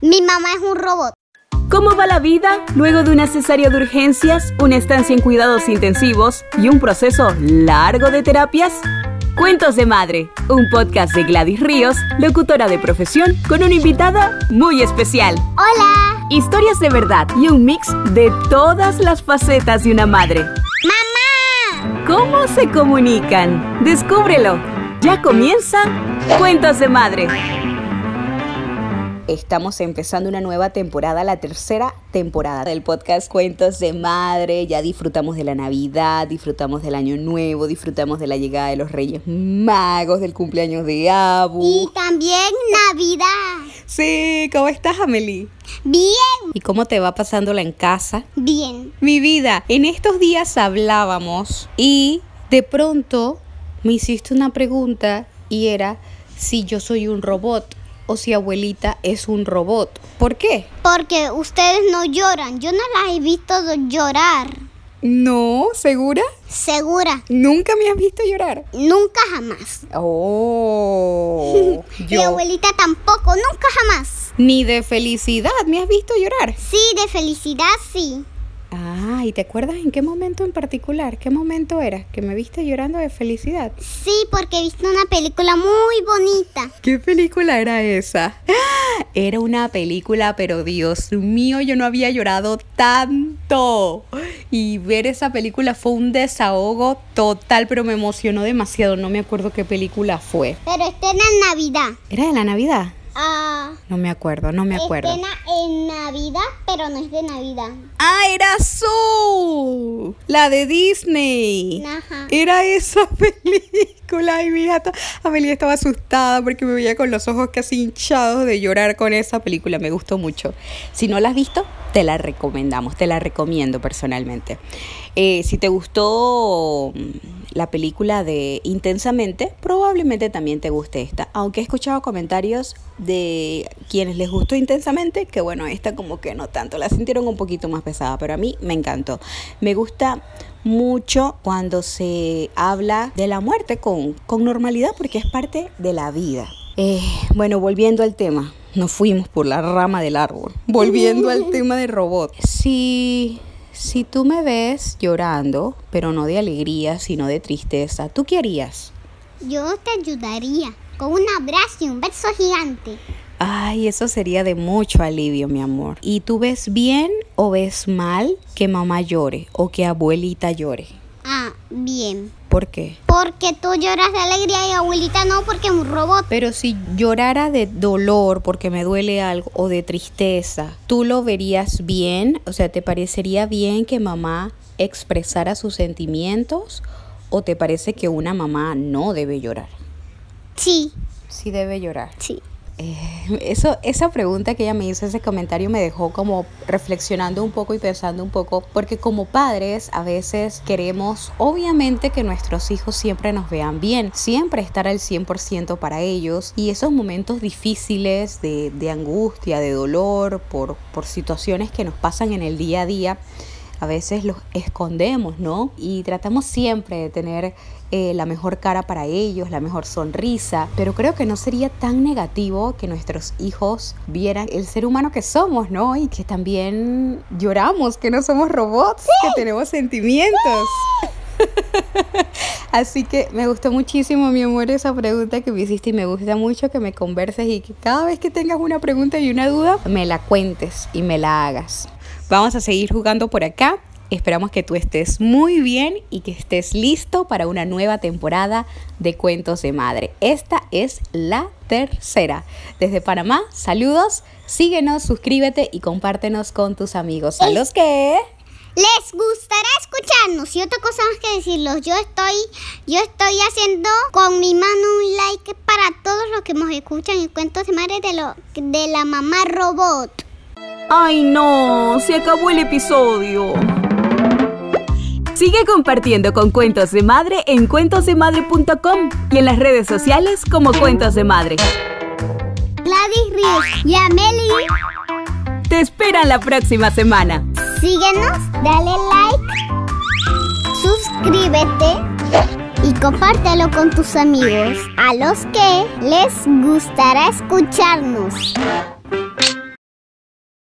Mi mamá es un robot. ¿Cómo va la vida luego de una cesárea de urgencias, una estancia en cuidados intensivos y un proceso largo de terapias? Cuentos de Madre, un podcast de Gladys Ríos, locutora de profesión, con una invitada muy especial. ¡Hola! Historias de verdad y un mix de todas las facetas de una madre. ¡Mamá! ¿Cómo se comunican? Descúbrelo. Ya comienza Cuentos de Madre. Estamos empezando una nueva temporada, la tercera temporada del podcast Cuentos de Madre. Ya disfrutamos de la Navidad, disfrutamos del Año Nuevo, disfrutamos de la llegada de los Reyes Magos, del cumpleaños de Abu. Y también Navidad. Sí, ¿cómo estás, Amelie? Bien. ¿Y cómo te va pasándola en casa? Bien. Mi vida, en estos días hablábamos y de pronto me hiciste una pregunta y era si yo soy un robot o si abuelita es un robot. ¿Por qué? Porque ustedes no lloran. Yo no las he visto llorar. No, ¿segura? Segura. ¿Nunca me has visto llorar? Nunca jamás. Oh, Mi abuelita tampoco. Nunca jamás. Ni de felicidad me has visto llorar. Sí, de felicidad sí. Ah, ¿y te acuerdas en qué momento en particular? ¿Qué momento era que me viste llorando de felicidad? Sí, porque he visto una película muy bonita. ¿Qué película era esa? Era una película, pero Dios mío, yo no había llorado tanto. Y ver esa película fue un desahogo total, pero me emocionó demasiado. No me acuerdo qué película fue. Pero estrena en Navidad. ¿Era de la Navidad? No me acuerdo. Estrena en Navidad, pero no es de Navidad. ¡Ah, era Soul! La de Disney. Ajá. Era esa película. Y mi hija Amelia estaba asustada porque me veía con los ojos casi hinchados de llorar con esa película. Me gustó mucho. Si no la has visto, te la recomendamos. Te la recomiendo personalmente. Si te gustó la película de Intensamente, probablemente también te guste esta. Aunque he escuchado comentarios de quienes les gustó Intensamente, que bueno, esta como que no tanto, la sintieron un poquito más pesada, pero a mí me encantó. Me gusta mucho cuando se habla de la muerte con normalidad, porque es parte de la vida. Bueno, volviendo al tema, nos fuimos por la rama del árbol. Volviendo al tema de robot. Si tú me ves llorando, pero no de alegría, sino de tristeza, ¿tú qué harías? Yo te ayudaría con un abrazo y un beso gigante. Ay, eso sería de mucho alivio, mi amor. ¿Y tú ves bien o ves mal que mamá llore o que abuelita llore? Bien. ¿Por qué? Porque tú lloras de alegría y abuelita no, porque es un robot. Pero si llorara de dolor porque me duele algo o de tristeza, ¿tú lo verías bien? O sea, ¿te parecería bien que mamá expresara sus sentimientos o te parece que una mamá no debe llorar? Sí. Sí debe llorar. Sí. Esa pregunta que ella me hizo, ese comentario me dejó como reflexionando un poco y pensando un poco, porque como padres a veces queremos obviamente que nuestros hijos siempre nos vean bien, siempre estar al 100% para ellos, y esos momentos difíciles de angustia, de dolor por situaciones que nos pasan en el día a día, a veces los escondemos, ¿no? Y tratamos siempre de tener la mejor cara para ellos, la mejor sonrisa, pero creo que no sería tan negativo que nuestros hijos vieran el ser humano que somos, ¿no? Y que también lloramos, que no somos robots, que tenemos sentimientos. Así que me gustó muchísimo, mi amor, esa pregunta que me hiciste, y me gusta mucho que me converses y que cada vez que tengas una pregunta y una duda, me la cuentes y me la hagas. Vamos a seguir jugando por acá. Esperamos que tú estés muy bien y que estés listo para una nueva temporada de Cuentos de Madre. Esta es la tercera. Desde Panamá, saludos, síguenos, suscríbete y compártenos con tus amigos. A los que les gustará escucharnos. Y otra cosa más que decirlos, yo estoy haciendo con mi mano un like para todos los que nos escuchan en Cuentos de Madre de la mamá robot. ¡Ay no! Se acabó el episodio. Sigue compartiendo con Cuentos de Madre en cuentosdemadre.com y en las redes sociales como Cuentos de Madre. Gladys Ríos y Amelie te esperan la próxima semana. Síguenos, dale like, suscríbete y compártelo con tus amigos a los que les gustará escucharnos.